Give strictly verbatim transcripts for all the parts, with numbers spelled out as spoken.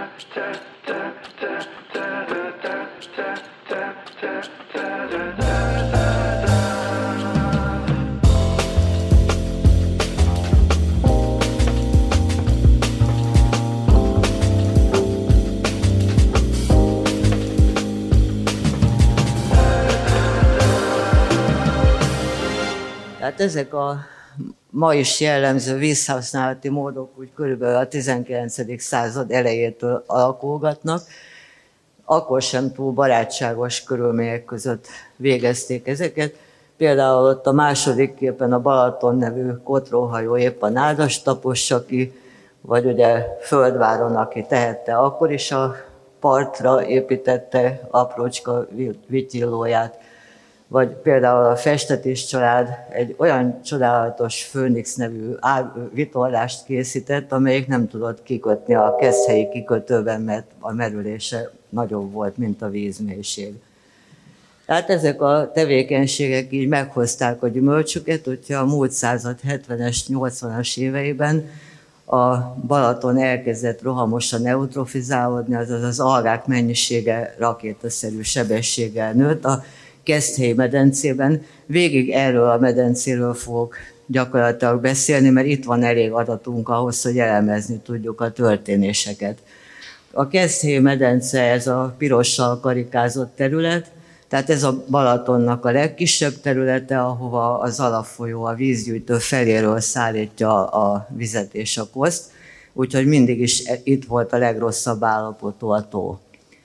Tehát ezek a ma is jellemző vízhasználati módok úgy körülbelül a tizenkilencedik század elejétől alakulgatnak. Akkor sem túl barátságos körülmények között végezték ezeket. Például ott a második képen a Balaton nevű kotróhajó épp a nádas tapossa ki, vagy ugye Földváron, aki tehette, akkor is a partra építette aprócska vityillóját. Vagy például a Festetés család egy olyan csodálatos Főnix nevű vitorlást készített, amelyik nem tudott kikötni a Keszthelyi kikötőben, mert a merülése nagyobb volt, mint a vízmélység. Tehát ezek a tevékenységek így meghozták a gyümölcsüket, hogyha a múlt század hetvenes, nyolcvanas éveiben a Balaton elkezdett rohamosan eutrofizálódni, azaz az algák mennyisége rakétaszerű sebességgel nőtt. A Keszthelyi medencében végig erről a medencéről fogok gyakorlatilag beszélni, mert itt van elég adatunk ahhoz, hogy elemezni tudjuk a történéseket. A Keszthelyi medence, ez a pirossal karikázott terület, tehát ez a Balatonnak a legkisebb területe, ahova az alapfolyó a vízgyűjtő feléről szállítja a vizet és a koszt, úgyhogy mindig is itt volt a legrosszabb állapotú a tó.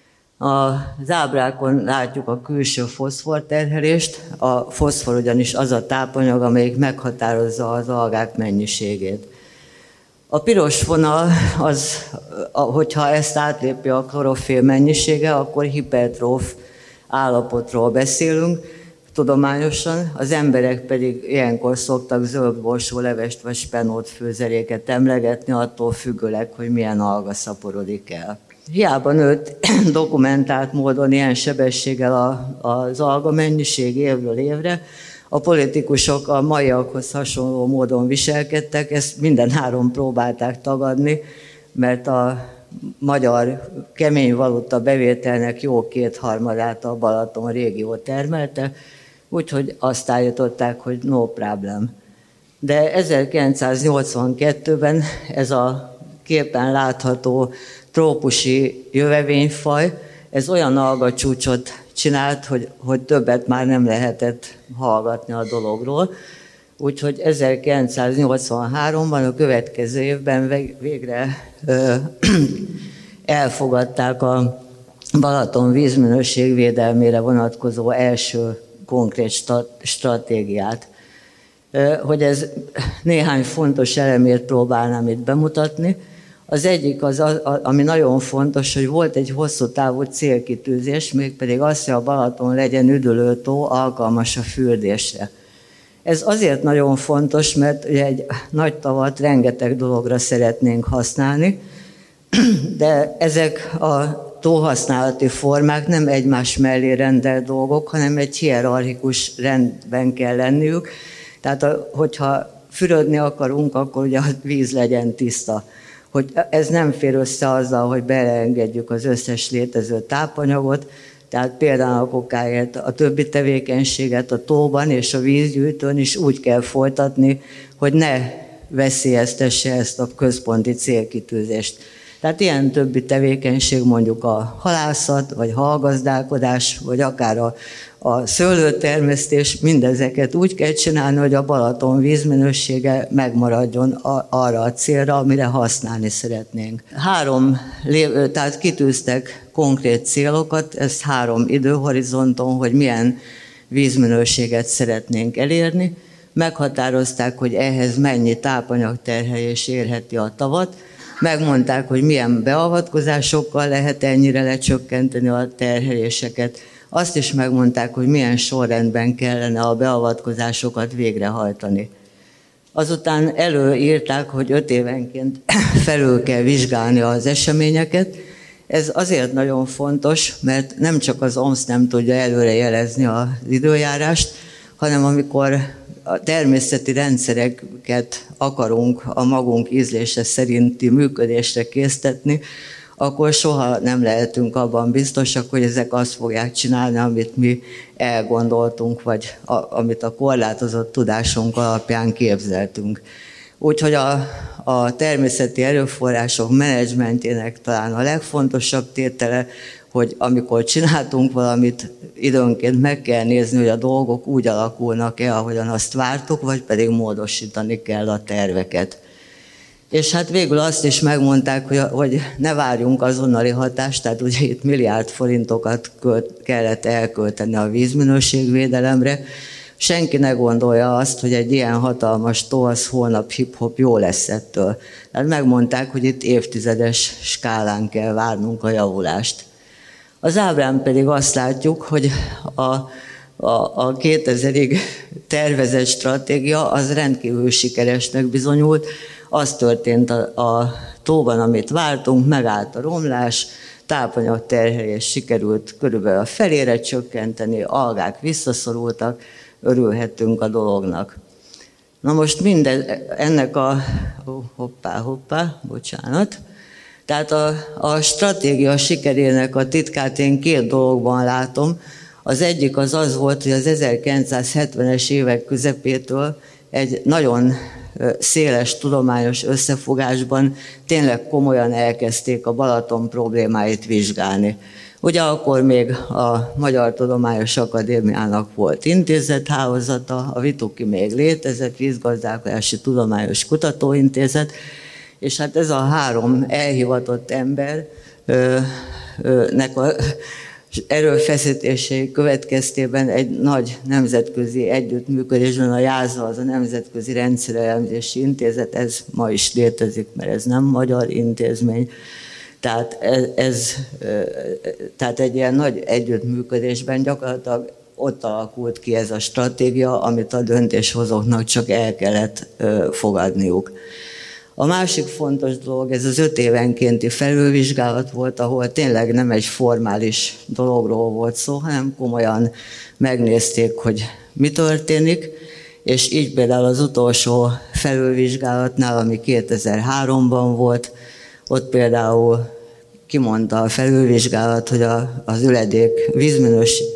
Az ábrákon látjuk a külső foszforterhelést. A foszfor ugyanis az a tápanyag, amelyik meghatározza az algák mennyiségét. A piros vonal, az, hogyha ezt átlépi a klorofil mennyisége, akkor hipertróf állapotról beszélünk tudományosan, az emberek pedig ilyenkor szoktak zöldborsó levest vagy spenót főzeléket emlegetni, attól függőleg, hogy milyen alga szaporodik el. Hiába nőtt dokumentált módon ilyen sebességgel a, az alga mennyiség évről évre, a politikusok a maiakhoz hasonló módon viselkedtek, ezt minden három próbálták tagadni, mert a magyar kemény valuta bevételnek jó kétharmadát a Balaton régió termelte, úgyhogy azt állították, hogy no problem. De ezerkilencszáznyolcvankettőben ez a képen látható trópusi jövevényfaj, ez olyan algacsúcsot csinált, hogy, hogy többet már nem lehetett hallgatni a dologról. Úgyhogy ezerkilencszáznyolcvanháromban, a következő évben végre ö, elfogadták a Balaton vízminőség védelmére vonatkozó első konkrét stratégiát. Hogy ez néhány fontos elemét próbálnám itt bemutatni. Az egyik, az, ami nagyon fontos, hogy volt egy hosszú távú célkitűzés, mégpedig az, hogy a Balaton legyen üdülő tó, alkalmas a fürdésre. Ez azért nagyon fontos, mert ugye egy nagy tavat rengeteg dologra szeretnénk használni, de ezek a tóhasználati formák nem egymás mellé rendelt dolgok, hanem egy hierarchikus rendben kell lenniük. Tehát hogyha fürödni akarunk, akkor ugye a víz legyen tiszta. Hogy ez nem fér össze azzal, hogy beleengedjük az összes létező tápanyagot, tehát például a kokáért a többi tevékenységet a tóban és a vízgyűjtőn is úgy kell folytatni, hogy ne veszélyeztesse ezt a központi célkitűzést. Tehát ilyen többi tevékenység, mondjuk a halászat, vagy hallgazdálkodás, vagy akár a, a szőlőtermesztés, mindezeket úgy kell csinálni, hogy a Balaton vízminősége megmaradjon a, arra a célra, amire használni szeretnénk. Három, tehát kitűztek konkrét célokat, ez három időhorizonton, hogy milyen vízminőséget szeretnénk elérni. Meghatározták, hogy ehhez mennyi tápanyagterhelés érheti a tavat, megmondták, hogy milyen beavatkozásokkal lehet ennyire lecsökkenteni a terheléseket. Azt is megmondták, hogy milyen sorrendben kellene a beavatkozásokat végrehajtani. Azután előírták, hogy öt évenként felül kell vizsgálni az eseményeket. Ez azért nagyon fontos, mert nem csak az o em es nem tudja előrejelezni az időjárást, hanem amikor a természeti rendszereket akarunk a magunk ízlése szerinti működésre késztetni, akkor soha nem lehetünk abban biztosak, hogy ezek azt fogják csinálni, amit mi elgondoltunk, vagy a, amit a korlátozott tudásunk alapján képzeltünk. Úgyhogy a, a természeti erőforrások menedzsmentjének talán a legfontosabb tétele, hogy amikor csináltunk valamit, időnként meg kell nézni, hogy a dolgok úgy alakulnak-e, ahogyan azt vártuk, vagy pedig módosítani kell a terveket. És hát végül azt is megmondták, hogy, hogy ne várjunk azonnali hatást, tehát ugye itt milliárd forintokat költ, kellett elkölteni a vízminőségvédelemre. Senki ne gondolja azt, hogy egy ilyen hatalmas tó az holnap hip-hop jó lesz ettől. Tehát megmondták, hogy itt évtizedes skálán kell várnunk a javulást. Az ábrán pedig azt látjuk, hogy a, a, a kétezrig tervezett stratégia az rendkívül sikeresnek bizonyult. Az történt a, a tóban, amit vártunk, megállt a romlás, tápanyagterhelés sikerült körülbelül a felére csökkenteni, algák visszaszorultak, örülhetünk a dolognak. Na most minden, ennek a... Hoppá, hoppá, bocsánat. Tehát a, a stratégia sikerének a titkát én két dologban látom. Az egyik az az volt, hogy az ezerkilencszázhetvenes évek közepétől egy nagyon széles tudományos összefogásban tényleg komolyan elkezdték a Balaton problémáit vizsgálni. Ugye akkor még a Magyar Tudományos Akadémiának volt intézethálózata, a Vituki még létezett, Vízgazdálkodási Tudományos Kutatóintézet, és hát ez a három elhivatott embernek a erőfeszítései következtében egy nagy nemzetközi együttműködésben a JÁZA, az a Nemzetközi Rendszerelemzési Intézet, ez ma is létezik, mert ez nem magyar intézmény. Tehát, ez, ez, tehát egy ilyen nagy együttműködésben gyakorlatilag ott alakult ki ez a stratégia, amit a döntéshozóknak csak el kellett fogadniuk. A másik fontos dolog, ez az öt évenkénti felülvizsgálat volt, ahol tényleg nem egy formális dologról volt szó, hanem komolyan megnézték, hogy mi történik, és így például az utolsó felülvizsgálatnál, ami kétezer-háromban volt, ott például kimondta a felülvizsgálat, hogy a, az üledék vízminőség,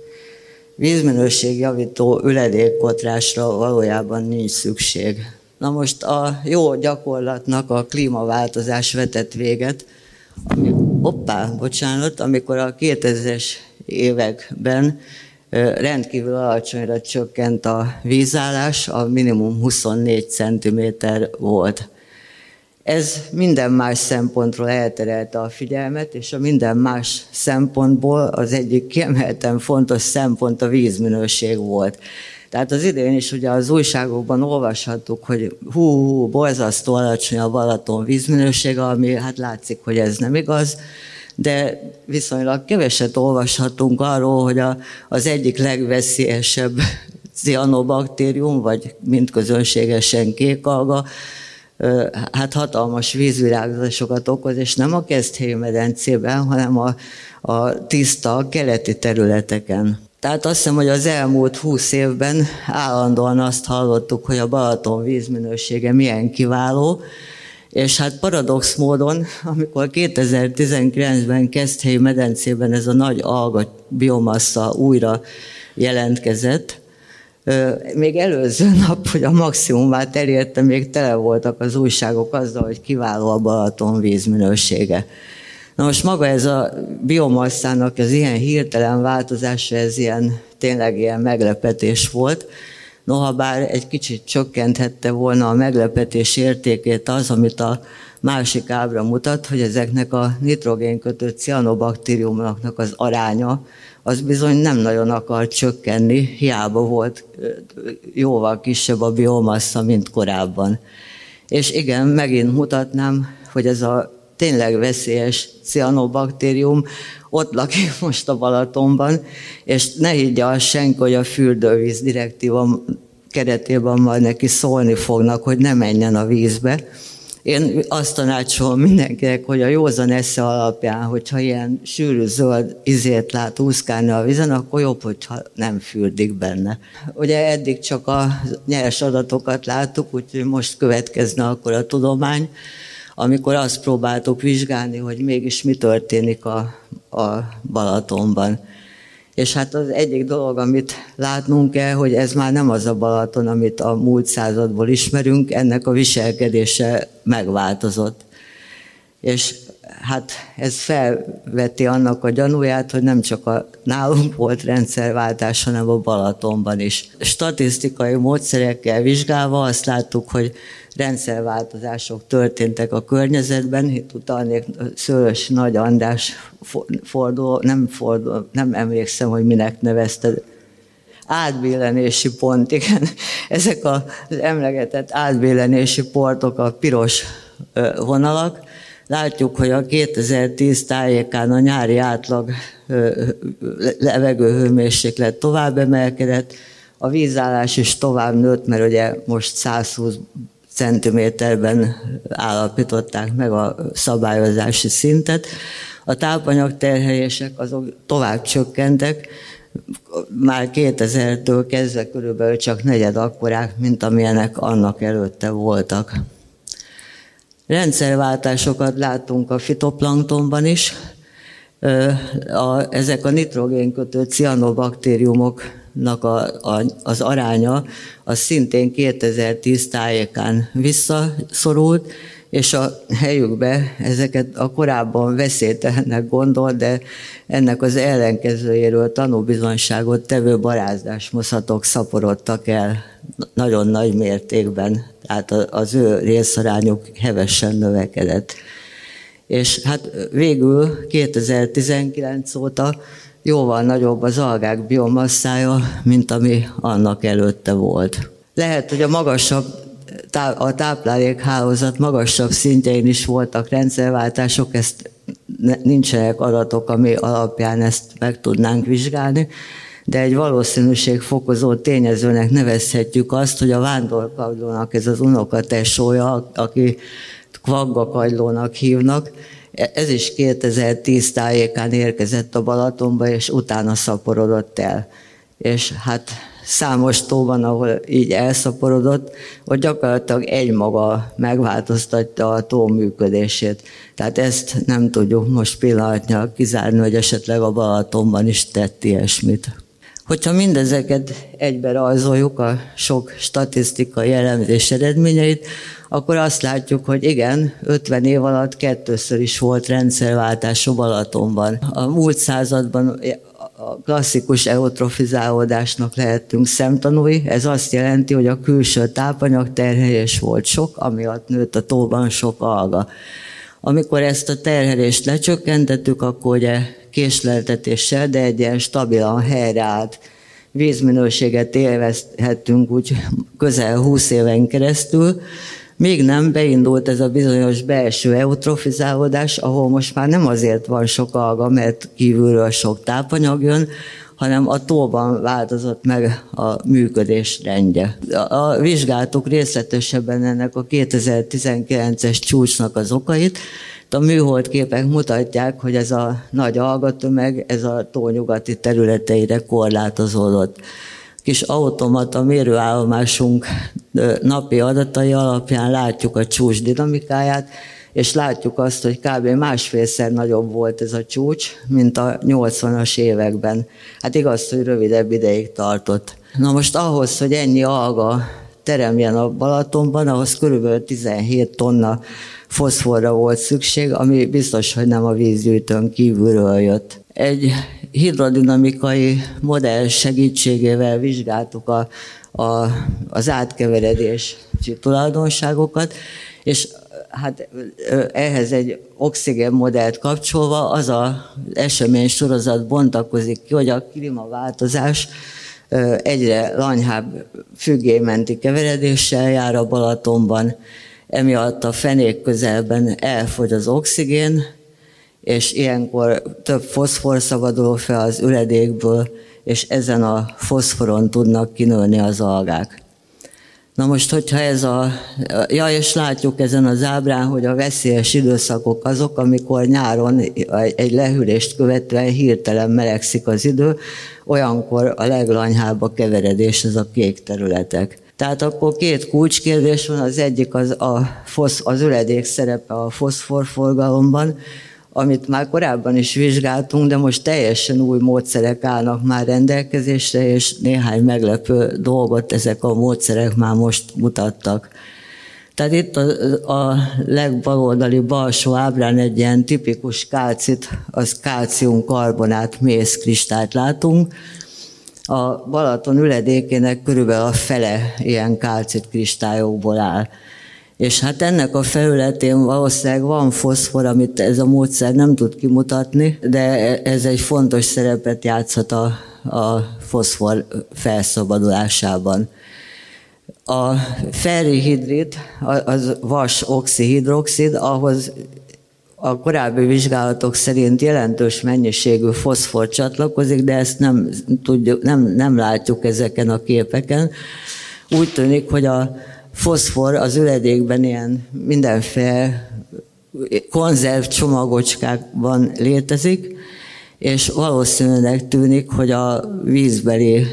vízminőségjavító üledékkotrásra valójában nincs szükség. Na most a jó gyakorlatnak a klímaváltozás vetett véget, ami, hoppá, bocsánat, amikor a kétezres években rendkívül alacsonyra csökkent a vízállás, a minimum huszonnégy centiméter volt. Ez minden más szempontról elterelte a figyelmet, és a minden más szempontból az egyik kiemelten fontos szempont a vízminőség volt. Tehát az idén is ugye az újságokban olvashattuk, hogy hú, hú borzasztó alacsony a Balaton vízminősége, ami hát látszik, hogy ez nem igaz, de viszonylag keveset olvashatunk arról, hogy a, az egyik legveszélyesebb cianobaktérium, vagy mint közönségesen kékalga, hát hatalmas vízvirágzásokat okoz, és nem a Keszthelyi medencében, hanem a, a tiszta keleti területeken. Tehát azt hiszem, hogy az elmúlt húsz évben állandóan azt hallottuk, hogy a Balaton vízminősége milyen kiváló, és hát paradox módon, amikor kétezer-tizenkilencben Keszthelyi medencében ez a nagy alga biomassa újra jelentkezett, még előző nap, hogy a maximumát elérte, még tele voltak az újságok azzal, hogy kiváló a Balaton vízminősége. Na most maga ez a biomasszának az ilyen hirtelen változása, ez ilyen, tényleg ilyen meglepetés volt. Noha bár egy kicsit csökkenthette volna a meglepetés értékét az, amit a másik ábra mutat, hogy ezeknek a nitrogénkötő cianobaktériumoknak az aránya, az bizony nem nagyon akar csökkenni, hiába volt jóval kisebb a biomassa, mint korábban. És igen, megint mutatnám, hogy ez a tényleg veszélyes cianobaktérium ott lakik most a Balatonban, és ne higgye azt senki, hogy a fürdővíz direktíva keretében majd neki szólni fognak, hogy ne menjen a vízbe. Én azt tanácsolom mindenkinek, hogy a józan esze alapján, hogyha ilyen sűrű zöld izét lát úszkálni a vízen, akkor jobb, hogyha nem fürdik benne. Ugye eddig csak a nyers adatokat láttuk, úgyhogy most következne akkor a tudomány. amikor azt próbáltuk vizsgálni, hogy mégis mi történik a, a Balatonban. És hát az egyik dolog, amit látnunk kell, hogy ez már nem az a Balaton, amit a múlt századból ismerünk, ennek a viselkedése megváltozott. És hát ez felveti annak a gyanúját, hogy nem csak a nálunk volt rendszerváltás, hanem a Balatonban is. Statisztikai módszerekkel vizsgálva azt láttuk, hogy rendszerváltozások történtek a környezetben. Itt utalnék Szőlősi Nagy András forduló, nem, forduló, nem emlékszem, hogy minek nevezte, átbillenési pont, igen. Ezek az emlegetett átbillenési pontok a piros vonalak. Látjuk, hogy a kétezer-tíz tájékán a nyári átlag levegőhőmérséklet tovább emelkedett, a vízállás is tovább nőtt, mert ugye most száz húsz centiméterben állapították meg a szabályozási szintet. A tápanyagterhelések azok tovább csökkentek, már kétezertől kezdve körülbelül csak negyed akkorák, mint amilyenek annak előtte voltak. Rendszerváltásokat látunk a fitoplanktonban is. A, ezek a nitrogénkötő cianobaktériumoknak a, a, az aránya az szintén kétezer-tíz tájékán visszaszorult, és a helyükbe ezeket a korábban veszélytelennek gondolt, de ennek az ellenkezőjéről tanúbizonyságot tevő barázdásmoszatok szaporodtak el nagyon nagy mértékben, tehát az ő részarányuk hevesen növekedett. És hát végül kétezer-tizenkilenc óta jóval nagyobb az algák biomasszája, mint ami annak előtte volt. Lehet, hogy a magasabb a táplálékhálózat magasabb szintjein is voltak rendszerváltások, ezt nincsenek adatok, ami alapján ezt meg tudnánk vizsgálni, de egy valószínűségfokozó tényezőnek nevezhetjük azt, hogy a vándorkagylónak ez az unokatesója, aki kvaggakagylónak hívnak, ez is kétezer-tíz tájékán érkezett a Balatonba, és utána szaporodott el. És hát számos tó van, ahol így elszaporodott, hogy gyakorlatilag egymaga megváltoztatja a tó működését. Tehát ezt nem tudjuk most pillanatnyilag kizárni, hogy esetleg a Balatonban is tett ilyesmit. Hogyha mindezeket egybe rajzoljuk, a sok statisztikai elemzés eredményeit, akkor azt látjuk, hogy igen, ötven év alatt kettőször is volt rendszerváltás a Balatonban. A múlt században a klasszikus eutrofizálódásnak lehettünk szemtanúi. Ez azt jelenti, hogy a külső tápanyagterhelés volt sok, amiatt nőtt a tóban sok alga. Amikor ezt a terhelést lecsökkentettük, akkor ugye késleltetéssel, de egy ilyen stabilan helyreállt vízminőséget élvezhettünk úgy közel húsz éven keresztül, még nem beindult ez a bizonyos belső eutrofizálódás, ahol most már nem azért van sok alga, mert kívülről sok tápanyag jön, hanem a tóban változott meg a működés rendje. A, a, vizsgáltuk részletesebben ennek a kétezer-tizenkilences csúcsnak az okait. A műholdképek mutatják, hogy ez a nagy algatömeg, ez a tó nyugati területeire korlátozódott. Kis automata mérőállomásunk napi adatai alapján látjuk a csúcs dinamikáját, és látjuk azt, hogy kb. Másfélszer nagyobb volt ez a csúcs, mint a nyolcvanas években. Hát igaz, hogy rövidebb ideig tartott. Na most ahhoz, hogy ennyi alga teremjen a Balatonban, ahhoz körülbelül tizenhét tonna foszforra volt szükség, ami biztos, hogy nem a vízgyűjtőn kívülről jött. Egy hidrodinamikai modell segítségével vizsgáltuk a, a, az átkeveredési tulajdonságokat, és hát ehhez egy oxigénmodellt kapcsolva az az esemény sorozat bontakozik ki, hogy a klímaváltozás egyre lanyhább függélymenti keveredéssel jár a Balatonban, emiatt a fenék közelben elfogy az oxigén, és ilyenkor több foszfor szabadul fel az üledékből, és ezen a foszforon tudnak kinőni az algák. Na most, hogyha ez a... Ja, és látjuk ezen az ábrán, hogy a veszélyes időszakok azok, amikor nyáron egy lehűlést követően hirtelen melegszik az idő, olyankor a leglanyhább a keveredés, ez a kék területek. Tehát akkor két kulcskérdés van, az egyik az, a fosz, az üledék szerepe a foszforforgalomban, amit már korábban is vizsgáltunk, de most teljesen új módszerek állnak már rendelkezésre, és néhány meglepő dolgot ezek a módszerek már most mutattak. Tehát itt a, a legbaloldali balsó ábrán egy ilyen tipikus kálcit, az kálciumkarbonát mészkristályt látunk. A Balaton üledékének körülbelül a fele ilyen kálcit kristályokból áll. És hát ennek a felületén valószínűleg van foszfor, amit ez a módszer nem tud kimutatni, de ez egy fontos szerepet játszhat a, a foszfor felszabadulásában. A ferrihidrid, az vas-oxihidroxid, ahhoz a korábbi vizsgálatok szerint jelentős mennyiségű foszfor csatlakozik, de ezt nem, tudjuk, nem, nem látjuk ezeken a képeken. Úgy tűnik, hogy a foszfor az üledékben ilyen mindenféle konzerv csomagocskákban létezik, és valószínűleg tűnik, hogy a vízbeli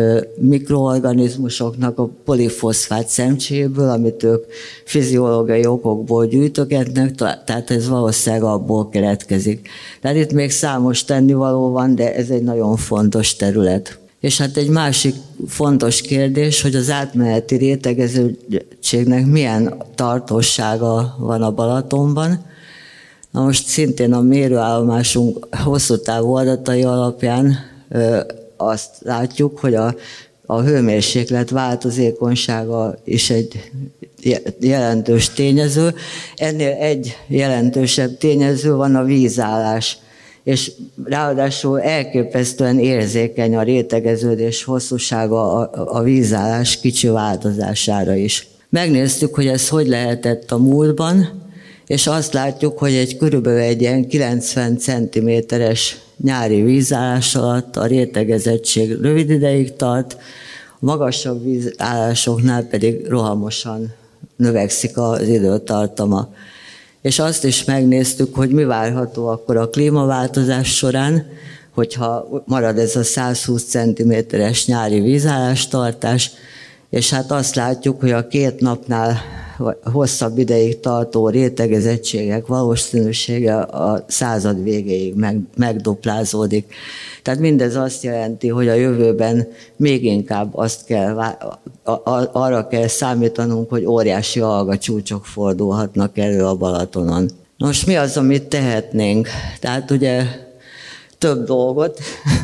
mikroorganizmusoknak a polifoszfát szemcséjéből, amit ők fiziológiai okokból gyűjtögetnek, tehát ez valószínűleg abból keletkezik. Tehát itt még számos tennivaló van, de ez egy nagyon fontos terület. És hát egy másik fontos kérdés, hogy az átmeneti rétegeződtségnek milyen tartósága van a Balatonban. Na most szintén a mérőállomásunk hosszú távú adatai alapján ö, azt látjuk, hogy a, a hőmérséklet változékonysága is egy jelentős tényező. Ennél egy jelentősebb tényező van a vízállás. És ráadásul elképesztően érzékeny a rétegeződés hosszúsága a, a vízállás kicsi változására is. Megnéztük, hogy ez hogy lehetett a múltban, és azt látjuk, hogy egy körülbelül egy ilyen kilencven centiméteres nyári vízállás alatt a rétegezettség rövid ideig tart, a magasabb vízállásoknál pedig rohamosan növekszik az időtartama. És azt is megnéztük, hogy mi várható akkor a klímaváltozás során, hogyha marad ez a száz húsz centiméteres nyári vízállástartás, és hát azt látjuk, hogy a két napnál hosszabb ideig tartó rétegezettségek valószínűsége a század végéig meg, megduplázódik. Tehát mindez azt jelenti, hogy a jövőben még inkább azt kell, arra kell számítanunk, hogy óriási algacsúcsok fordulhatnak elő a Balatonon. Nos, mi az, amit tehetnénk? Tehát ugye több dolgot.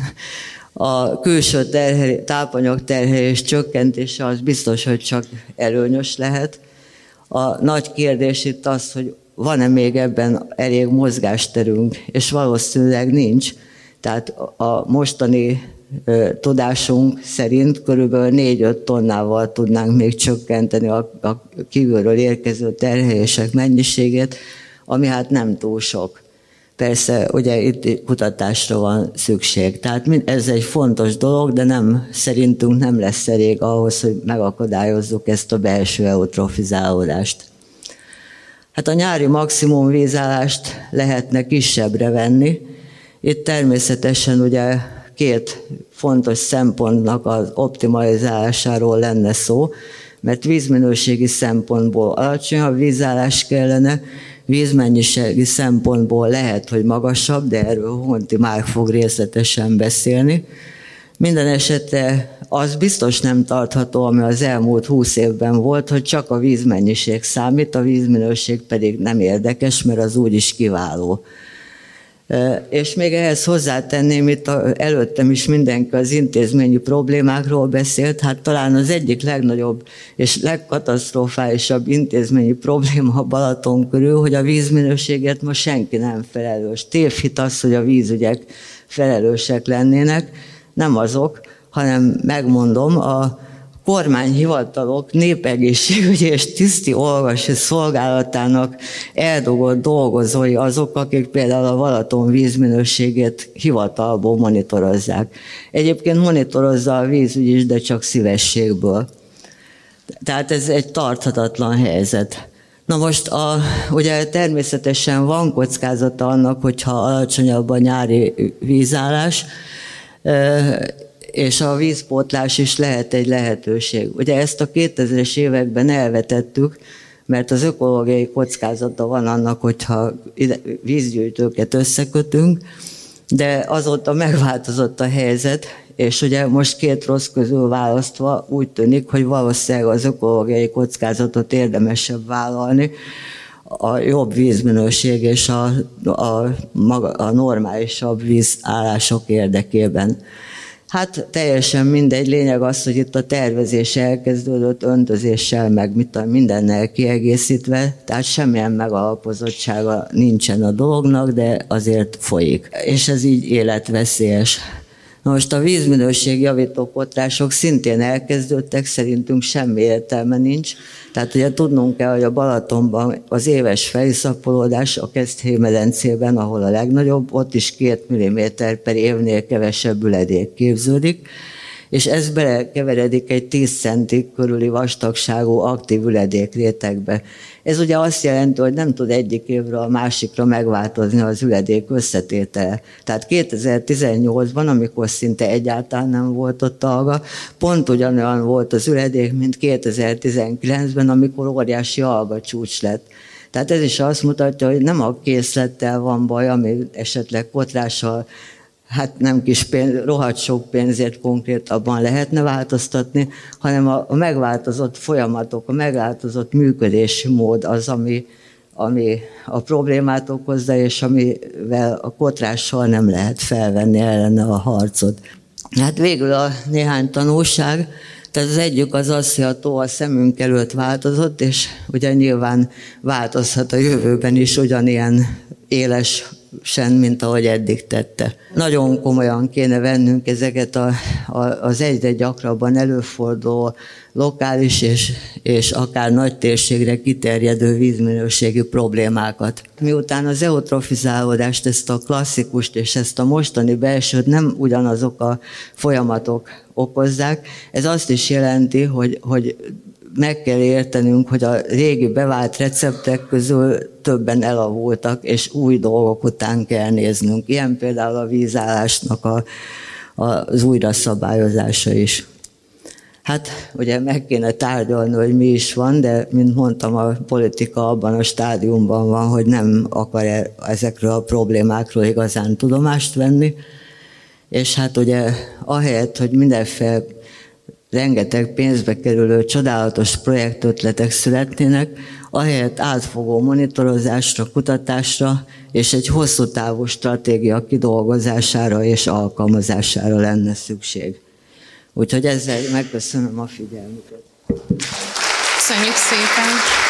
A külső terhelés, tápanyag terhelés csökkentése az biztos, hogy csak előnyös lehet. A nagy kérdés itt az, hogy van-e még ebben elég mozgásterünk, és valószínűleg nincs. Tehát a mostani tudásunk szerint körülbelül négy-öt tonnával tudnánk még csökkenteni a, a kívülről érkező terhelések mennyiségét, ami hát nem túl sok. Persze, ugye itt kutatásra van szükség. Tehát ez egy fontos dolog, de nem, szerintünk nem lesz elég ahhoz, hogy megakadályozzuk ezt a belső eutrofizálódást. Hát a nyári maximum vízállást lehetne kisebbre venni. Itt természetesen ugye két fontos szempontnak az optimalizálásáról lenne szó, mert vízminőségi szempontból alacsonyabb vízállás kellene, vízmennyiségi szempontból lehet, hogy magasabb, de erről Honti Márk fog részletesen beszélni. Minden esetre az biztos nem tartható, ami az elmúlt húsz évben volt, hogy csak a vízmennyiség számít, a vízminőség pedig nem érdekes, mert az úgyis kiváló. És még ehhez hozzátenném, itt előttem is mindenki az intézményi problémákról beszélt, hát talán az egyik legnagyobb és legkatasztrofálisabb intézményi probléma a Balaton körül, hogy a vízminőséget ma senki nem felelős. Tévhit az, hogy a vízügyek felelősek lennének, nem azok, hanem megmondom, a kormányhivatalok népegészségügyi és tiszti olvasi szolgálatának eldugott dolgozói azok, akik például a Balaton vízminőségét hivatalból monitorozzák. Egyébként monitorozza a vízügy is, de csak szívességből. Tehát ez egy tarthatatlan helyzet. Na most a, ugye természetesen van kockázata annak, hogyha alacsonyabb a nyári vízállás, és a vízpótlás is lehet egy lehetőség. Ugye ezt a kétezres években elvetettük, mert az ökológiai kockázata van annak, hogyha vízgyűjtőket összekötünk, de azóta megváltozott a helyzet, és ugye most két rossz közül választva úgy tűnik, hogy valószínűleg az ökológiai kockázatot érdemesebb vállalni, a jobb vízminőség és a, a, maga, a normálisabb vízállások érdekében. Hát teljesen mindegy, lényeg az, hogy itt a tervezés elkezdődött öntözéssel, meg mit, mindennel kiegészítve, tehát semmilyen megalapozottsága nincsen a dolognak, de azért folyik. És ez így életveszélyes. Na most a vízminőség javító potlások szintén elkezdődtek, szerintünk semmi értelme nincs. Tehát ugye tudnunk kell, hogy a Balatonban az éves feliszapolódás a Keszthely-medencében, ahol a legnagyobb, ott is két milliméter per évnél kevesebb üledék képződik, és ez belekeveredik egy tíz centi körüli vastagságú aktív üledékrétegbe. Ez ugye azt jelenti, hogy nem tud egyik évről a másikra megváltozni az üledék összetétele. Tehát kétezer-tizennyolcban, amikor szinte egyáltalán nem volt ott alga, pont ugyanolyan volt az üledék, mint kétezer-tizenkilencben, amikor óriási alga csúcs lett. Tehát ez is azt mutatja, hogy nem a készlettel van baj, ami esetleg potlással, hát nem kis pénz, rohadt sok pénzért konkrétabban lehetne változtatni, hanem a, a megváltozott folyamatok, a megváltozott működési mód az, ami, ami a problémát okozza, és amivel a kotrással nem lehet felvenni ellene a harcot. Hát végül a néhány tanulság, tehát az egyik az az, hogy a tó a szemünk előtt változott, és ugye nyilván változhat a jövőben is ugyanilyen éles sen, mint ahogy eddig tette. Nagyon komolyan kéne vennünk ezeket a, a, az egyre gyakrabban előforduló lokális és, és akár nagy térségre kiterjedő vízminőségi problémákat. Miután az eutrofizálódást, ezt a klasszikust és ezt a mostani belsőt nem ugyanazok a folyamatok okozzák, ez azt is jelenti, hogy, hogy meg kell értenünk, hogy a régi bevált receptek közül többen elavultak, és új dolgok után kell néznünk. Ilyen például a vízállásnak a, a, az újra szabályozása is. Hát ugye meg kéne tárgyalni, hogy mi is van, de mint mondtam, a politika abban a stádiumban van, hogy nem akar ezekről a problémákról igazán tudomást venni. És hát ugye ahelyett, hogy mindenféle rengeteg pénzbe kerülő csodálatos projektötletek születnének, ahelyett átfogó monitorozásra, kutatásra és egy hosszú távú stratégia kidolgozására és alkalmazására lenne szükség. Úgyhogy ezzel megköszönöm a figyelmüket. Köszönjük szépen!